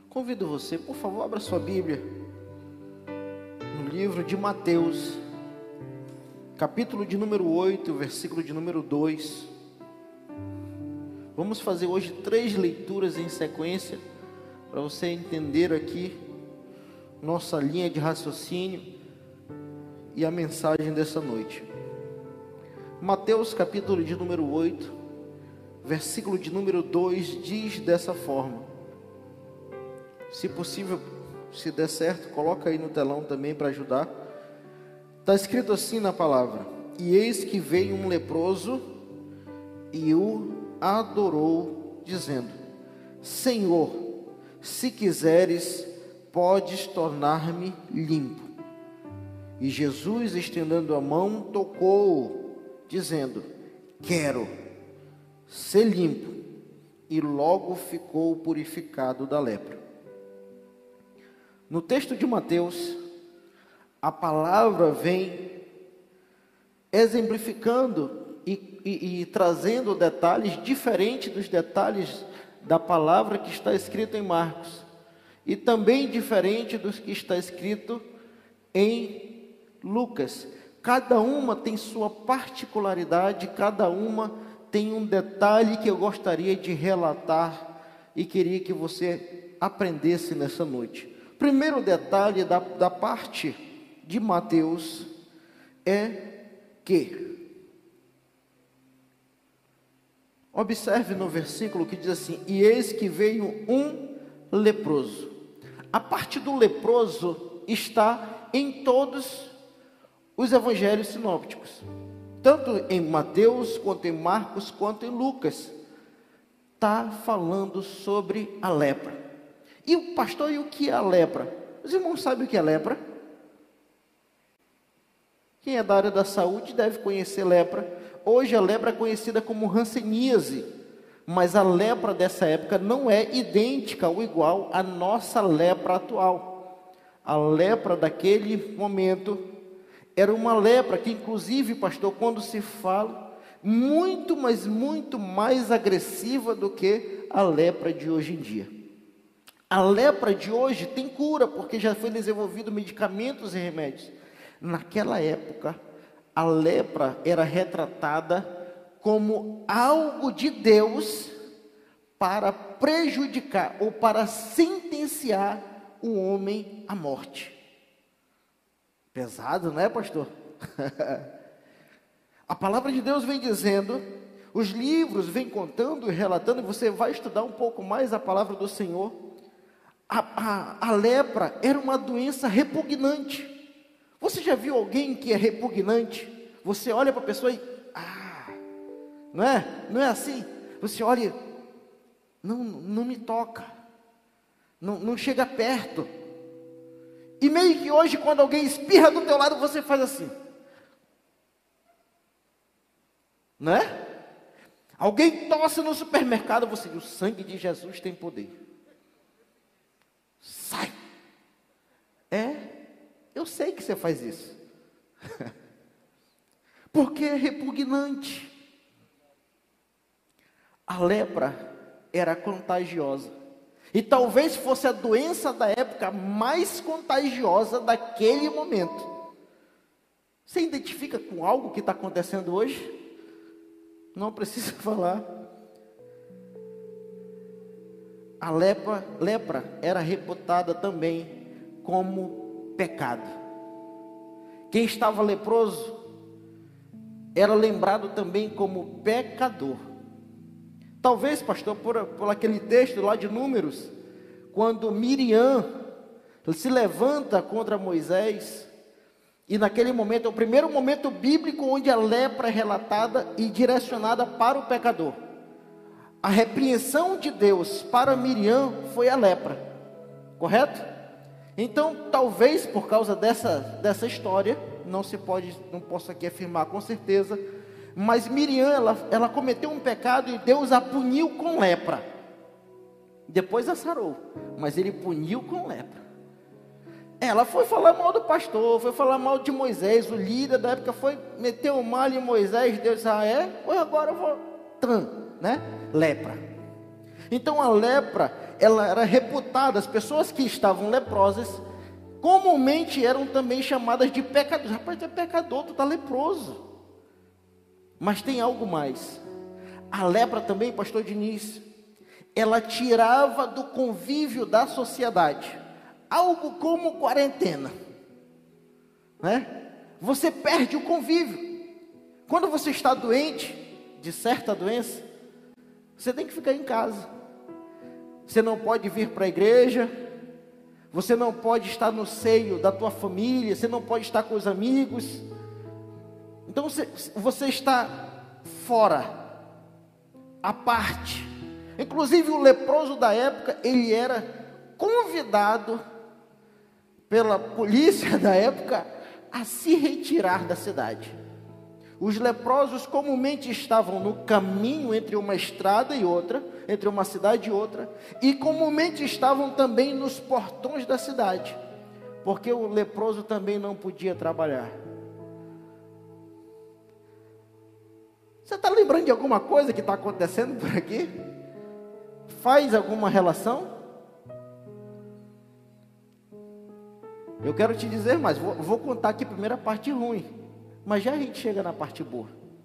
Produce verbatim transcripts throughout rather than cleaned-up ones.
Convido você, por favor, abra sua Bíblia no livro de Mateus, capítulo de número oito, versículo de número dois. Vamos fazer hoje três leituras em sequência, para você entender aqui nossa linha de raciocínio e a mensagem dessa noite. Mateus, capítulo de número oito, versículo de número dois, diz dessa forma. Se possível, se der certo, coloca aí no telão também para ajudar. Está escrito assim na palavra: E eis que veio um leproso e o adorou, dizendo: Senhor, se quiseres, podes tornar-me limpo. E Jesus, estendendo a mão, tocou-o, dizendo: Quero ser limpo. E logo ficou purificado da lepra. No texto de Mateus, a palavra vem exemplificando e, e, e trazendo detalhes diferentes dos detalhes da palavra que está escrito em Marcos, e também diferente dos que está escrito em Lucas. Cada uma tem sua particularidade, cada uma tem um detalhe que eu gostaria de relatar e queria que você aprendesse nessa noite. Primeiro detalhe da, da parte de Mateus é que, observe no versículo que diz assim: E eis que veio um leproso. A parte do leproso está em todos os evangelhos sinópticos, tanto em Mateus, quanto em Marcos, quanto em Lucas. Está falando sobre a lepra. E o pastor, e o que é a lepra? Os irmãos sabem o que é lepra? Quem é da área da saúde deve conhecer lepra. Hoje a lepra é conhecida como hanseníase, mas a lepra dessa época não é idêntica ou igual à nossa lepra atual. A lepra daquele momento era uma lepra que, inclusive, pastor, quando se fala, muito, mas muito mais agressiva do que a lepra de hoje em dia. A lepra de hoje tem cura, porque já foi desenvolvido medicamentos e remédios. Naquela época, a lepra era retratada como algo de Deus para prejudicar ou para sentenciar o homem à morte. Pesado, não é, pastor? A palavra de Deus vem dizendo, os livros vêm contando e relatando, e você vai estudar um pouco mais a palavra do Senhor. A, a, a lepra era uma doença repugnante. Você já viu alguém que é repugnante? Você olha para a pessoa e... Ah, não é? Não é assim? Você olha e... Não, não me toca. Não, não chega perto. E meio que hoje, quando alguém espirra do teu lado, você faz assim. Não é? Alguém tosse no supermercado, você diz: o sangue de Jesus tem poder. Sai. É, eu sei que você faz isso. Porque é repugnante. A lepra era contagiosa. E talvez fosse a doença da época mais contagiosa daquele momento. Você identifica com algo que está acontecendo hoje? Não precisa falar. A lepra, lepra era reputada também como pecado. Quem estava leproso era lembrado também como pecador. Talvez, pastor, por, por aquele texto lá de Números, quando Miriam se levanta contra Moisés, e naquele momento, é o primeiro momento bíblico onde a lepra é relatada e direcionada para o pecador. A repreensão de Deus para Miriam foi a lepra, correto? Então, talvez por causa dessa, dessa história, não se pode, não posso aqui afirmar com certeza, mas Miriam, ela, ela cometeu um pecado e Deus a puniu com lepra. Depois a sarou, mas ele puniu com lepra. Ela foi falar mal do pastor, foi falar mal de Moisés, o líder da época foi meter o mal em Moisés. Deus disse: ah é? Pois agora eu vou, tran, né? Lepra. Então a lepra, ela era reputada, as pessoas que estavam leprosas, comumente eram também chamadas de pecadores. Rapaz, tu é pecador, tu está leproso. Mas tem algo mais. A lepra também, pastor Diniz, ela tirava do convívio da sociedade, algo como quarentena, né? Você perde o convívio. Quando você está doente de certa doença, você tem que ficar em casa. Você não pode vir para a igreja, você não pode estar no seio da tua família, você não pode estar com os amigos. Então você, você está fora, à parte. Inclusive o leproso da época, ele era convidado pela polícia da época a se retirar da cidade. Os leprosos comumente estavam no caminho entre uma estrada e outra, entre uma cidade e outra, e comumente estavam também nos portões da cidade, porque o leproso também não podia trabalhar. Você está lembrando de alguma coisa que está acontecendo por aqui? Faz alguma relação? Eu quero te dizer mais, vou, vou contar aqui primeiro a parte ruim, mas já a gente chega na parte boa.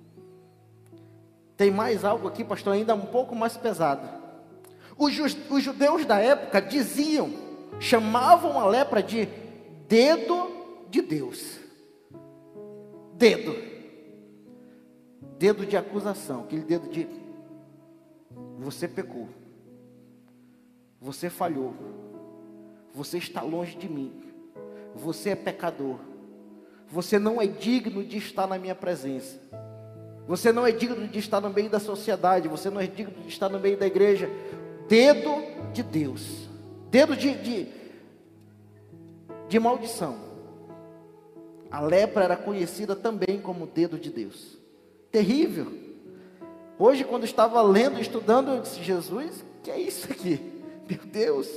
Tem mais algo aqui, pastor, ainda um pouco mais pesado. Os, ju- os judeus da época diziam, chamavam a lepra de dedo de Deus. Dedo. Dedo de acusação, aquele dedo de você pecou, você falhou, você está longe de mim, você é pecador, você não é digno de estar na minha presença, você não é digno de estar no meio da sociedade, você não é digno de estar no meio da igreja. Dedo de Deus, dedo de, de, de maldição. A lepra era conhecida também como dedo de Deus. Terrível. Hoje, quando estava lendo, estudando, eu disse, Jesus, que é isso aqui? Meu Deus.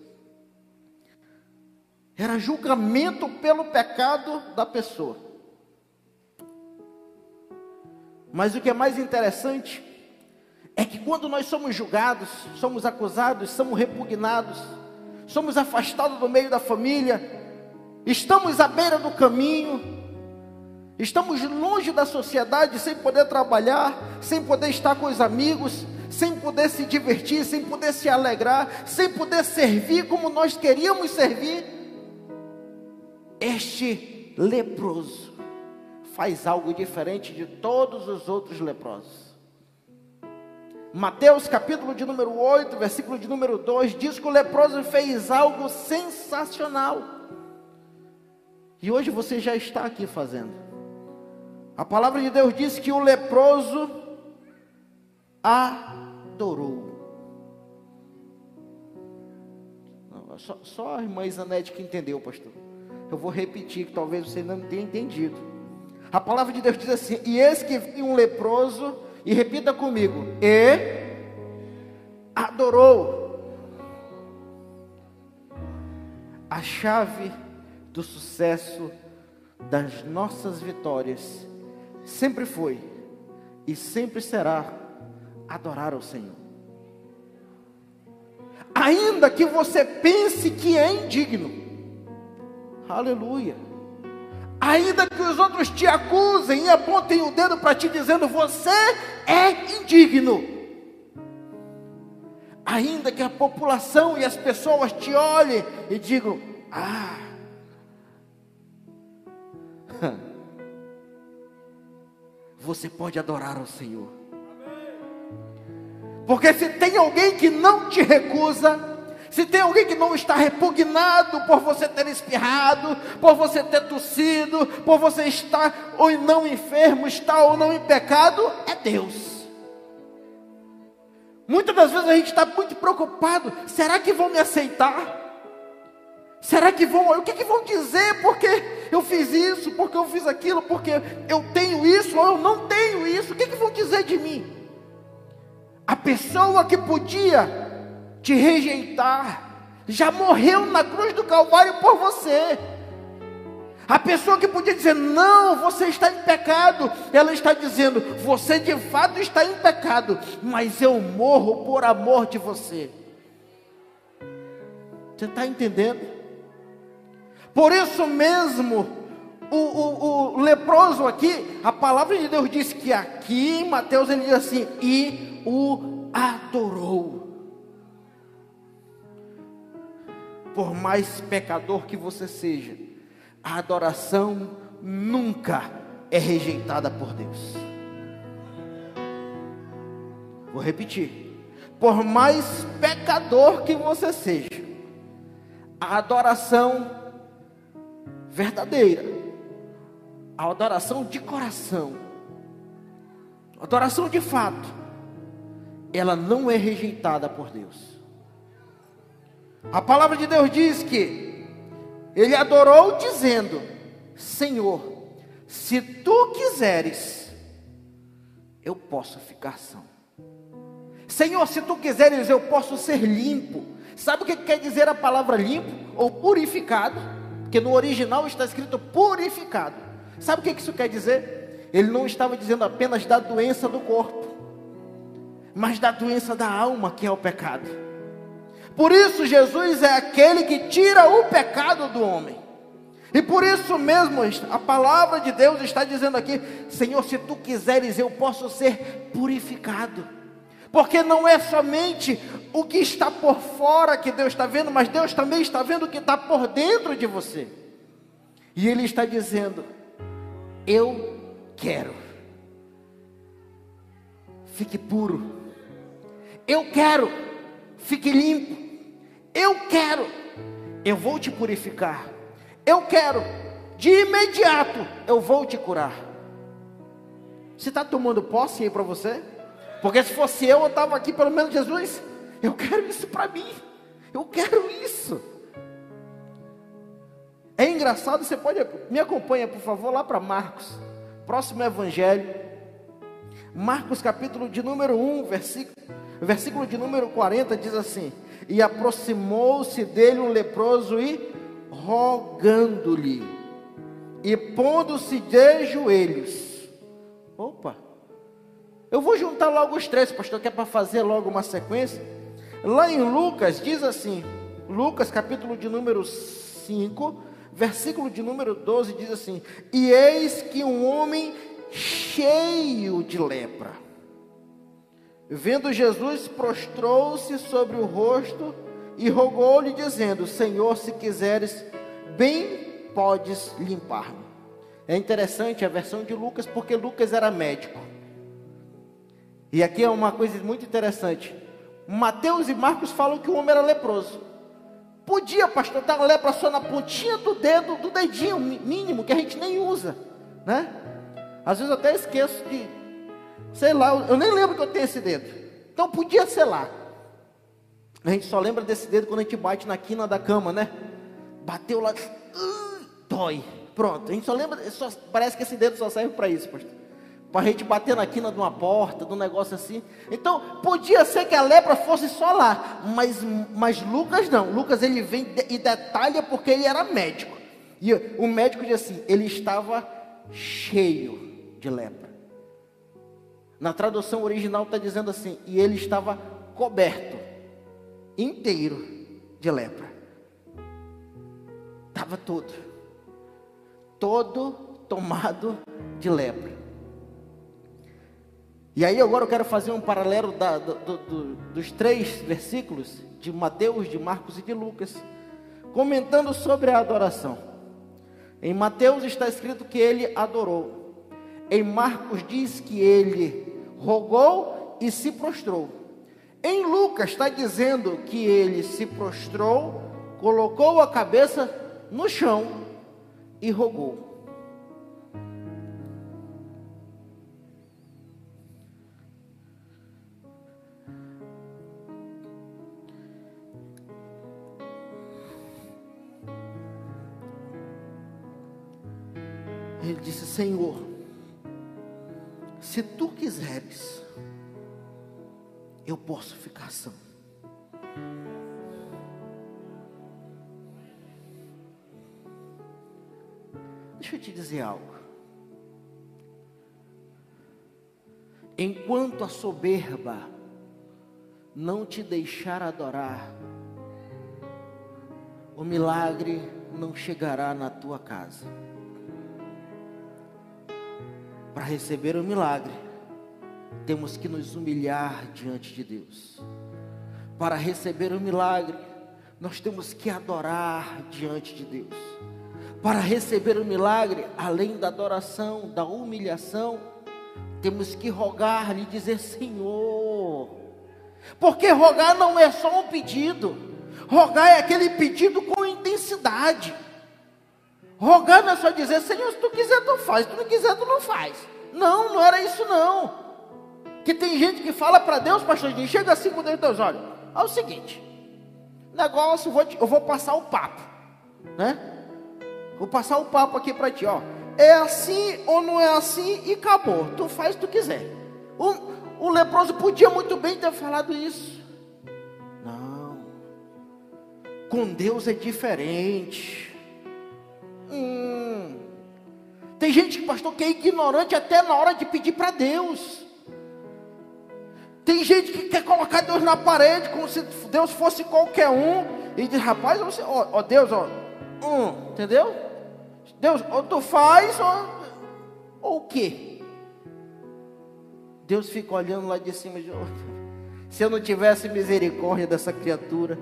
Era julgamento pelo pecado da pessoa. Mas o que é mais interessante é que quando nós somos julgados, somos acusados, somos repugnados, somos afastados do meio da família, estamos à beira do caminho, estamos longe da sociedade, sem poder trabalhar, sem poder estar com os amigos, sem poder se divertir, sem poder se alegrar, sem poder servir como nós queríamos servir. Este leproso faz algo diferente de todos os outros leprosos. Mateus capítulo de número oito, versículo de número dois, diz que o leproso fez algo sensacional. E hoje você já está aqui fazendo. A palavra de Deus diz que o leproso adorou. Só, só a irmã Isanete que entendeu, pastor. Eu vou repetir, que talvez você não tenha entendido. A palavra de Deus diz assim: e eis que vinha um leproso, e repita comigo, e adorou. A chave do sucesso das nossas vitórias sempre foi e sempre será adorar ao Senhor. Ainda que você pense que é indigno, aleluia, ainda que os outros te acusem e apontem o dedo para ti dizendo você é indigno, ainda que a população e as pessoas te olhem e digam, ah, você pode adorar ao Senhor. Porque se tem alguém que não te recusa, se tem alguém que não está repugnado por você ter espirrado, por você ter tossido, por você estar ou não enfermo, estar ou não em pecado, é Deus. Muitas das vezes a gente está muito preocupado, será que vão me aceitar? Será que vão, o que, que vão dizer porque eu fiz isso, porque eu fiz aquilo, porque eu tenho isso ou eu não tenho isso, o que, que vão dizer de mim? A pessoa que podia te rejeitar já morreu na cruz do Calvário por você. A pessoa que podia dizer, não, você está em pecado, ela está dizendo, você de fato está em pecado, mas eu morro por amor de você. Você está entendendo? Por isso mesmo, o, o, o leproso aqui, a palavra de Deus diz que aqui em Mateus ele diz assim, e o adorou. Por mais pecador que você seja, a adoração nunca é rejeitada por Deus. Vou repetir. Por mais pecador que você seja, a adoração verdadeira, a adoração de coração, a adoração de fato, ela não é rejeitada por Deus. A palavra de Deus diz que ele adorou dizendo, Senhor, se tu quiseres, eu posso ficar são. Senhor, se tu quiseres, eu posso ser limpo. Sabe o que quer dizer a palavra limpo ou purificado? Porque no original está escrito purificado. Sabe o que isso quer dizer? Ele não estava dizendo apenas da doença do corpo, mas da doença da alma, que é o pecado. Por isso Jesus é aquele que tira o pecado do homem. E por isso mesmo a palavra de Deus está dizendo aqui, Senhor, se tu quiseres, eu posso ser purificado. Porque não é somente o que está por fora que Deus está vendo, mas Deus também está vendo o que está por dentro de você. E Ele está dizendo, eu quero. Fique puro. Eu quero. Fique limpo. Eu quero. Eu vou te purificar. Eu quero. De imediato eu vou te curar. Você está tomando posse aí para você? Porque se fosse eu, eu estava aqui, pelo menos Jesus, eu quero isso para mim. Eu quero isso. É engraçado, você pode, me acompanha por favor lá para Marcos, próximo evangelho. Marcos capítulo de número um, versículo, versículo de número quarenta, diz assim, e aproximou-se dele um leproso e rogando-lhe, e pondo-se de joelhos. Opa, eu vou juntar logo os três, pastor, que é para fazer logo uma sequência. Lá em Lucas diz assim, Lucas capítulo de número cinco, versículo de número doze, diz assim, e eis que um homem cheio de lepra, vendo Jesus, prostrou-se sobre o rosto e rogou-lhe dizendo, Senhor, se quiseres, bem podes limpar-me. É interessante a versão de Lucas, porque Lucas era médico. E aqui é uma coisa muito interessante. Mateus e Marcos falam que o homem era leproso. Podia, pastor, estar a lepra só na pontinha do dedo, do dedinho mínimo, que a gente nem usa, né? Às vezes eu até esqueço de, sei lá, eu nem lembro que eu tenho esse dedo. Então podia ser lá. A gente só lembra desse dedo quando a gente bate na quina da cama, né? Bateu lá, uh, dói. Pronto, a gente só lembra, só, parece que esse dedo só serve para isso, pastor. Para a gente bater na quina de uma porta, de um negócio assim. Então, podia ser que a lepra fosse só lá. Mas, mas Lucas não. Lucas ele vem e detalha porque ele era médico. E o médico diz assim, ele estava cheio de lepra. Na tradução original está dizendo assim, e ele estava coberto inteiro de lepra. Estava todo. Todo tomado de lepra. E aí agora eu quero fazer um paralelo da, do, do, dos três versículos de Mateus, de Marcos e de Lucas, comentando sobre a adoração. Em Mateus está escrito que ele adorou. Em Marcos diz que ele rogou e se prostrou. Em Lucas está dizendo que ele se prostrou, colocou a cabeça no chão e rogou. Ele disse, Senhor, se tu quiseres, eu posso ficar são. Deixa eu te dizer algo. Enquanto a soberba não te deixar adorar, o milagre não chegará na tua casa. Para receber o milagre, temos que nos humilhar diante de Deus. Para receber o milagre, nós temos que adorar diante de Deus. Para receber o milagre, além da adoração, da humilhação, temos que rogar e dizer: Senhor. Porque rogar não é só um pedido. Rogar é aquele pedido com intensidade. Rogar não é só dizer: Senhor, se tu quiser tu faz, se tu não quiser tu não faz. Não, não era isso não. Que tem gente que fala para Deus, pastor, chega assim com Deus: olha, é o seguinte, negócio, eu vou, eu vou passar o papo, né? Vou passar o papo aqui para ti, ó. É assim ou não é assim e acabou. Tu faz o que tu quiser. O, o leproso podia muito bem ter falado isso. Não. Com Deus é diferente. Hum. Tem gente, pastor, que é ignorante até na hora de pedir para Deus. Tem gente que quer colocar Deus na parede como se Deus fosse qualquer um. E diz: rapaz, você, ó, ó Deus, ó. Hum, entendeu? Deus, ou tu faz, ou, ou o quê? Deus fica olhando lá de cima, de, se eu não tivesse misericórdia dessa criatura.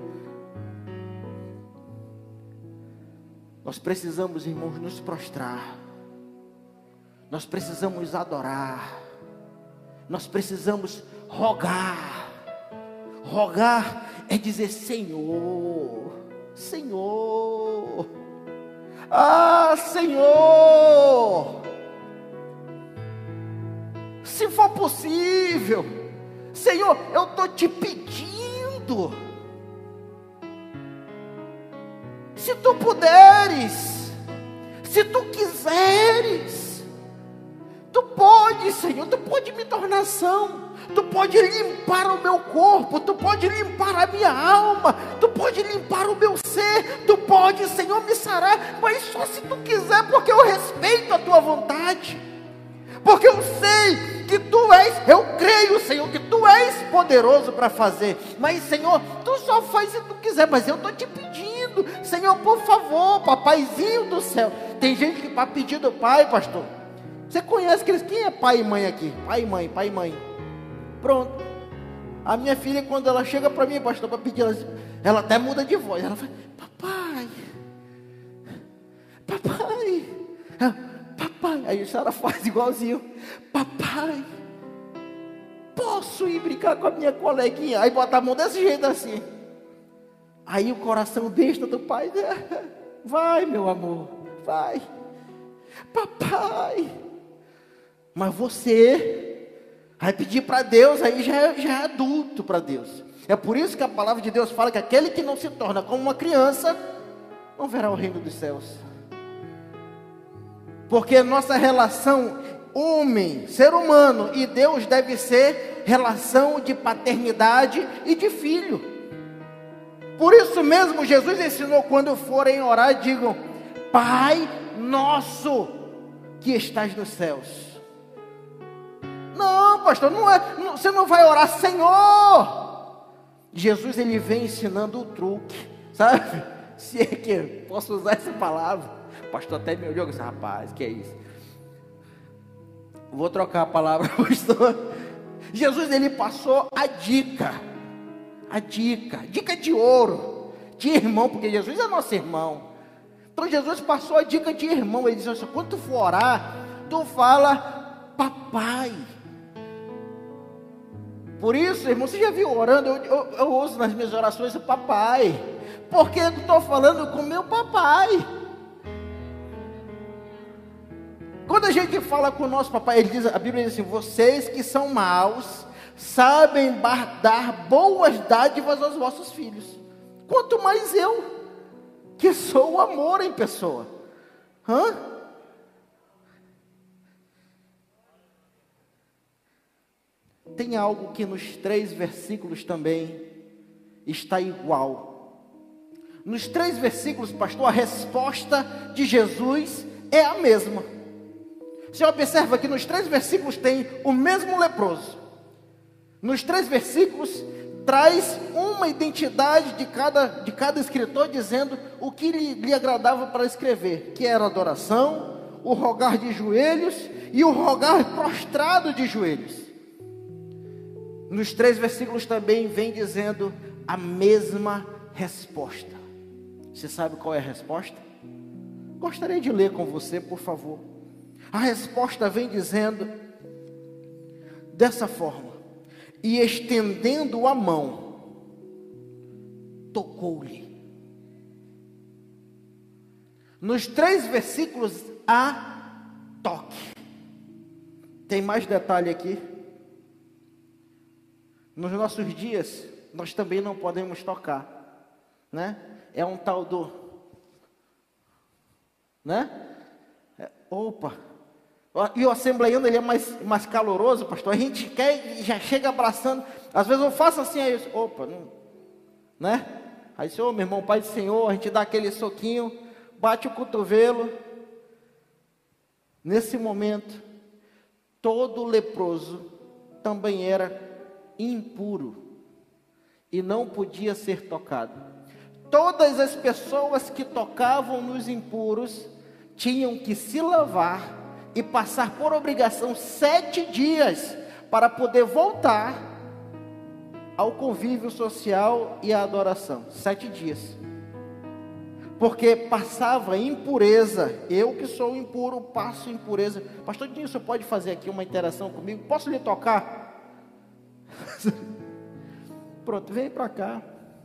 Nós precisamos, irmãos, nos prostrar. Nós precisamos adorar. Nós precisamos rogar. Rogar é dizer: Senhor, Senhor, ah, Senhor, se for possível, Senhor, eu estou te pedindo, se tu puderes, se tu quiseres, tu pode, Senhor, tu pode me tornar são, tu pode limpar o meu corpo, tu pode limpar a minha alma, tu pode limpar o meu ser, tu pode, Senhor, me sarar, mas só se tu quiser, porque eu respeito a tua vontade, porque eu sei que tu és, eu creio, Senhor, que tu és poderoso para fazer, mas, Senhor, tu só faz se tu quiser, mas eu estou te pedindo, Senhor, por favor, papaizinho do céu. Tem gente que para pedir do pai, pastor, você conhece aqueles, quem é pai e mãe aqui? Pai e mãe, pai e mãe. Pronto. A minha filha, quando ela chega para mim, pastor, para pedir, ela, ela até muda de voz. Ela fala: papai, papai, papai. Aí a senhora faz igualzinho: papai, posso ir brincar com a minha coleguinha? Aí bota a mão desse jeito assim. Aí o coração besta do pai: vai, meu amor, vai. Papai. Mas você vai pedir para Deus, aí já é, já é adulto para Deus. É por isso que a palavra de Deus fala que aquele que não se torna como uma criança não verá o reino dos céus. Porque nossa relação homem, ser humano e Deus deve ser relação de paternidade e de filho. Por isso mesmo Jesus ensinou: quando forem orar, digam: Pai nosso que estás nos céus. Não, pastor, não é, não, você não vai orar Senhor. Jesus, ele vem ensinando o truque, sabe? Se é que posso usar essa palavra. O pastor até me olhou e disse: rapaz, que é isso? Vou trocar a palavra, pastor. Jesus, ele passou a dica, a dica, dica de ouro, de irmão, porque Jesus é nosso irmão. Então Jesus passou a dica de irmão. Ele disse assim: quando tu for orar, tu fala papai. Por isso, irmão, você já viu orando? Eu, eu, eu uso nas minhas orações o papai, porque eu estou falando com meu papai. Quando a gente fala com o nosso papai, ele diz, a Bíblia diz assim: vocês que são maus sabem dar boas dádivas aos vossos filhos, quanto mais eu, que sou o amor em pessoa. Hã? Tem algo que nos três versículos também está igual. Nos três versículos, pastor, a resposta de Jesus é a mesma. Você observa que nos três versículos tem o mesmo leproso. Nos três versículos traz uma identidade de cada, de cada escritor, dizendo o que lhe, lhe agradava para escrever, que era a adoração, o rogar de joelhos e o rogar prostrado de joelhos. Nos três versículos também vem dizendo a mesma resposta. Você sabe qual é a resposta? Gostaria de ler com você, por favor. A resposta vem dizendo dessa forma: e estendendo a mão, tocou-lhe. Nos três versículos há toque. Tem mais detalhe aqui. Nos nossos dias, nós também não podemos tocar, né? É um tal do, né? É, opa. E o assembleiano, ele é mais, mais caloroso, pastor. A gente quer e já chega abraçando. Às vezes eu faço assim, aí eu, opa, não, né? Aí, senhor, meu irmão, Pai do Senhor, a gente dá aquele soquinho, bate o cotovelo. Nesse momento, todo leproso também era impuro e não podia ser tocado. Todas as pessoas que tocavam nos impuros tinham que se lavar e passar por obrigação sete dias para poder voltar ao convívio social e à adoração. Sete dias. Porque passava impureza. Eu que sou impuro, passo impureza. Pastor Dinho, você pode fazer aqui uma interação comigo? Posso lhe tocar? Pronto, vem para cá.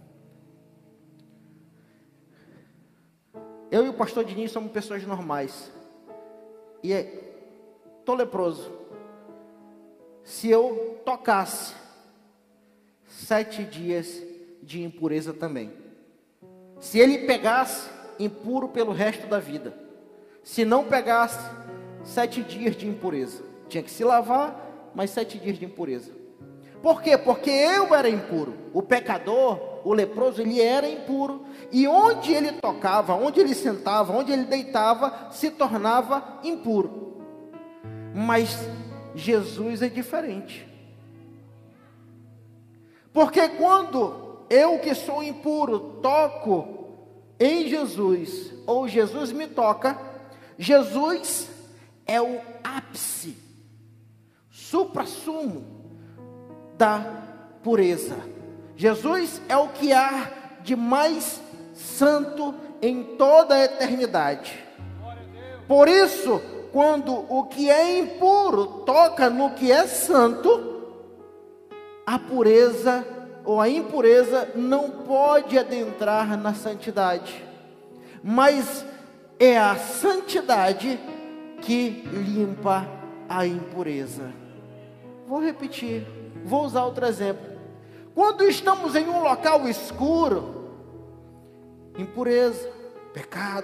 Eu e o pastor Dinho somos pessoas normais. E estou leproso. Se eu tocasse, sete dias de impureza também. Se ele pegasse, impuro pelo resto da vida. Se não pegasse, sete dias de impureza. Tinha que se lavar, mas sete dias de impureza. Por quê? Porque eu era impuro. O pecador, o leproso, ele era impuro. E onde ele tocava, onde ele sentava, onde ele deitava, se tornava impuro. Mas Jesus é diferente. Porque quando eu que sou impuro toco em Jesus, ou Jesus me toca, Jesus é o ápice, supra-sumo da pureza. Jesus é o que há de mais santo em toda a eternidade. Por isso, quando o que é impuro toca no que é santo, a pureza ou a impureza não pode adentrar na santidade. Mas é a santidade que limpa a impureza. Vou repetir. Vou usar outro exemplo. Quando estamos em um local escuro, impureza, pecado,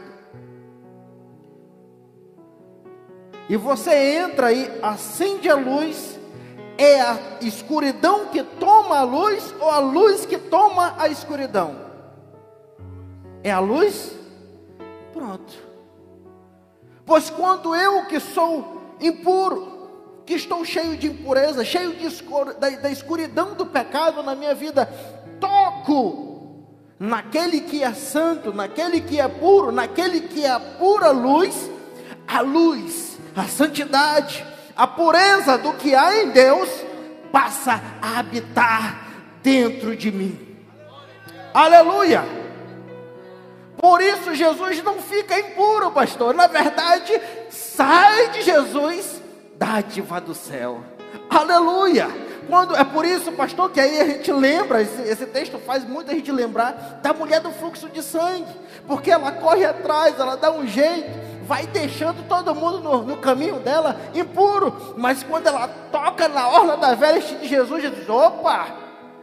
e você entra e acende a luz, é a escuridão que toma a luz ou a luz que toma a escuridão? É a luz? Pronto. Pois quando eu que sou impuro, que estou cheio de impureza, cheio de escur, da, da escuridão do pecado na minha vida, toco naquele que é santo, naquele que é puro, naquele que é a pura luz, a luz, a santidade, a pureza do que há em Deus, passa a habitar dentro de mim. Aleluia! Por isso Jesus não fica impuro, pastor. Na verdade, sai de Jesus dádiva do céu. Aleluia! Quando, é por isso, pastor, que aí a gente lembra, esse, esse texto faz muita gente lembrar da mulher do fluxo de sangue, porque ela corre atrás, ela dá um jeito, vai deixando todo mundo no, no caminho dela impuro, mas quando ela toca na orla da veste de Jesus, Jesus, opa,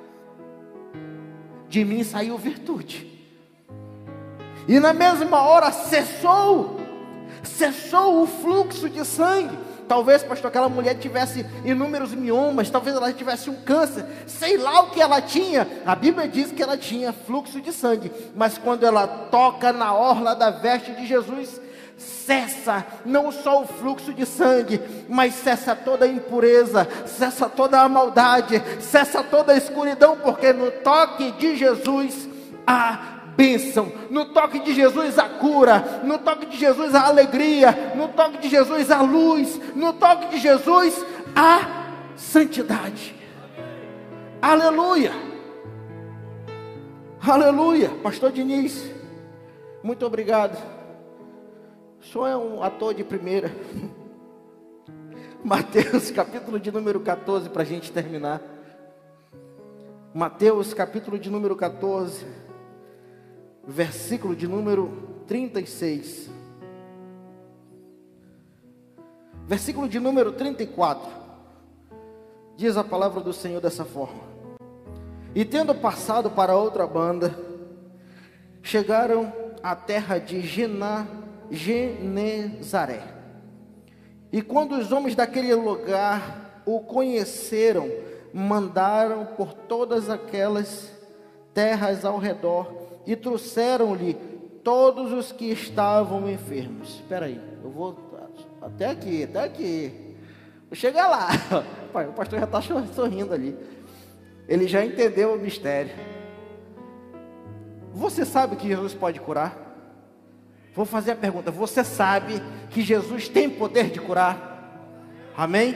de mim saiu virtude. E na mesma hora cessou, cessou o fluxo de sangue. Talvez, pastor, aquela mulher tivesse inúmeros miomas, talvez ela tivesse um câncer, sei lá o que ela tinha. A Bíblia diz que ela tinha fluxo de sangue, mas quando ela toca na orla da veste de Jesus, cessa não só o fluxo de sangue, mas cessa toda a impureza, cessa toda a maldade, cessa toda a escuridão, porque no toque de Jesus há bênção, no toque de Jesus há cura, no toque de Jesus há alegria, no toque de Jesus há luz, no toque de Jesus há santidade. Aleluia, aleluia. Pastor Diniz, muito obrigado. O senhor é um ator de primeira. Mateus capítulo de número quatorze, para a gente terminar. Mateus capítulo de número quatorze, versículo de número trinta e seis. Versículo de número trinta e quatro. Diz a palavra do Senhor dessa forma: e tendo passado para outra banda, chegaram à terra de Gená, Genezaré. E quando os homens daquele lugar o conheceram, mandaram por todas aquelas terras ao redor e trouxeram-lhe todos os que estavam enfermos. Espera aí, eu vou até aqui, até aqui. Vou chegar lá. Pai, o pastor já está sorrindo ali. Ele já entendeu o mistério. Você sabe que Jesus pode curar? Vou fazer a pergunta: você sabe que Jesus tem poder de curar? Amém?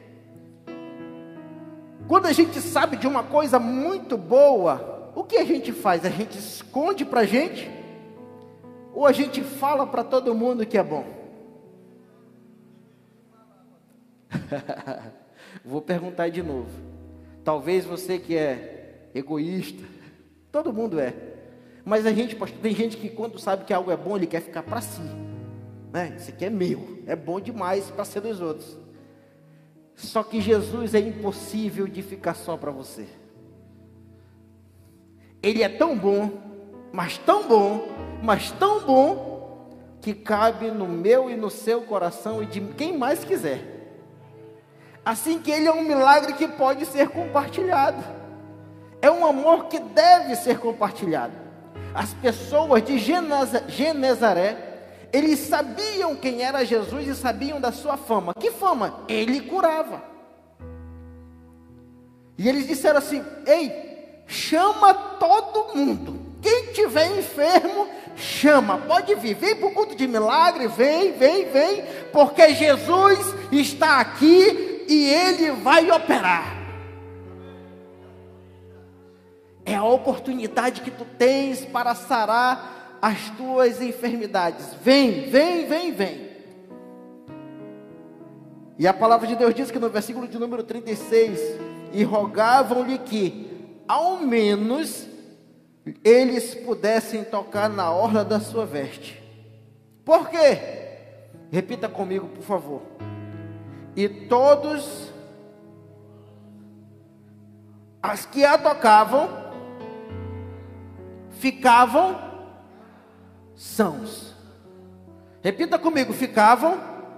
Quando a gente sabe de uma coisa muito boa, o que a gente faz? A gente esconde para a gente? Ou a gente fala para todo mundo que é bom? Vou perguntar de novo. Talvez você que é egoísta, todo mundo é, mas a gente, pastor, tem gente que quando sabe que algo é bom, ele quer ficar para si, né? Isso aqui é meu, é bom demais para ser dos outros. Só que Jesus é impossível de ficar só para você. Ele é tão bom, mas tão bom, mas tão bom, que cabe no meu e no seu coração e de quem mais quiser. Assim que ele é um milagre que pode ser compartilhado. É um amor que deve ser compartilhado. As pessoas de Genezaré, eles sabiam quem era Jesus e sabiam da sua fama. Que fama? Ele curava. E eles disseram assim: ei, chama todo mundo. Quem tiver enfermo, chama, pode vir, vem para o culto de milagre, vem, vem, vem, porque Jesus está aqui e Ele vai operar. É a oportunidade que tu tens para sarar as tuas enfermidades. Vem, vem, vem, vem. E a palavra de Deus diz que no versículo de número trinta e seis: e rogavam-lhe que ao menos eles pudessem tocar na orla da sua veste. Por quê? Repita comigo, por favor. E todos as que a tocavam ficavam sãos. Repita comigo: ficavam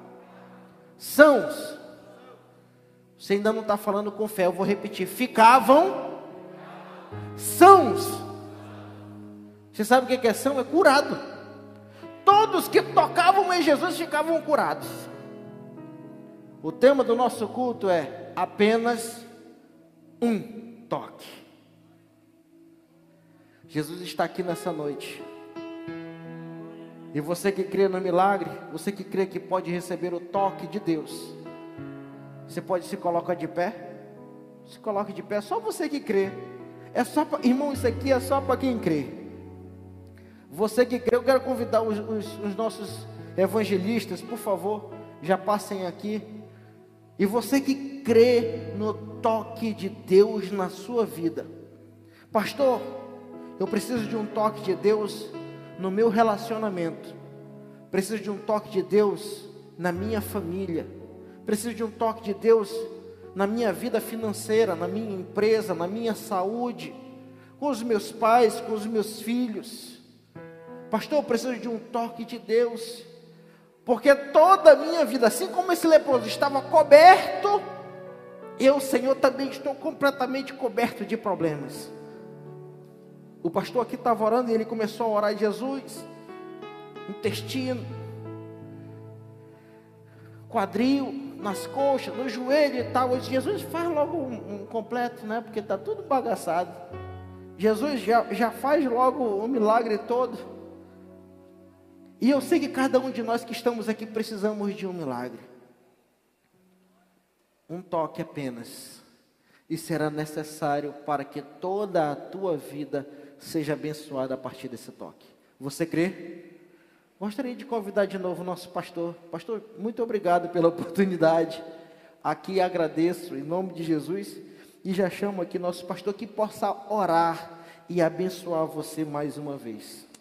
sãos. Você ainda não está falando com fé, eu vou repetir: ficavam sãos. Você sabe o que é são? É curado. Todos que tocavam em Jesus ficavam curados. O tema do nosso culto é apenas um toque. Jesus está aqui nessa noite. E você que crê no milagre, você que crê que pode receber o toque de Deus, você pode se colocar de pé? Se coloque de pé, só você que crê. É só pra, irmão, isso aqui é só para quem crê. Você que crê, eu quero convidar os, os, os nossos evangelistas, por favor, já passem aqui. E você que crê no toque de Deus na sua vida: pastor, eu preciso de um toque de Deus no meu relacionamento, preciso de um toque de Deus na minha família, preciso de um toque de Deus na minha vida financeira, na minha empresa, na minha saúde, com os meus pais, com os meus filhos. Pastor, eu preciso de um toque de Deus, porque toda a minha vida, assim como esse leproso estava coberto, eu, Senhor, também estou completamente coberto de problemas. O pastor aqui estava orando e ele começou a orar: Jesus, intestino, quadril, nas coxas, no joelho e tal. Eu disse, Jesus, faz logo um, um completo, né? Porque está tudo bagaçado. Jesus já, já faz logo o milagre todo. E eu sei que cada um de nós que estamos aqui precisamos de um milagre. Um toque apenas. E será necessário para que toda a tua vida seja abençoada a partir desse toque. Você crê? Gostaria de convidar de novo o nosso pastor. Pastor, muito obrigado pela oportunidade. Aqui agradeço em nome de Jesus. E já chamo aqui nosso pastor que possa orar e abençoar você mais uma vez.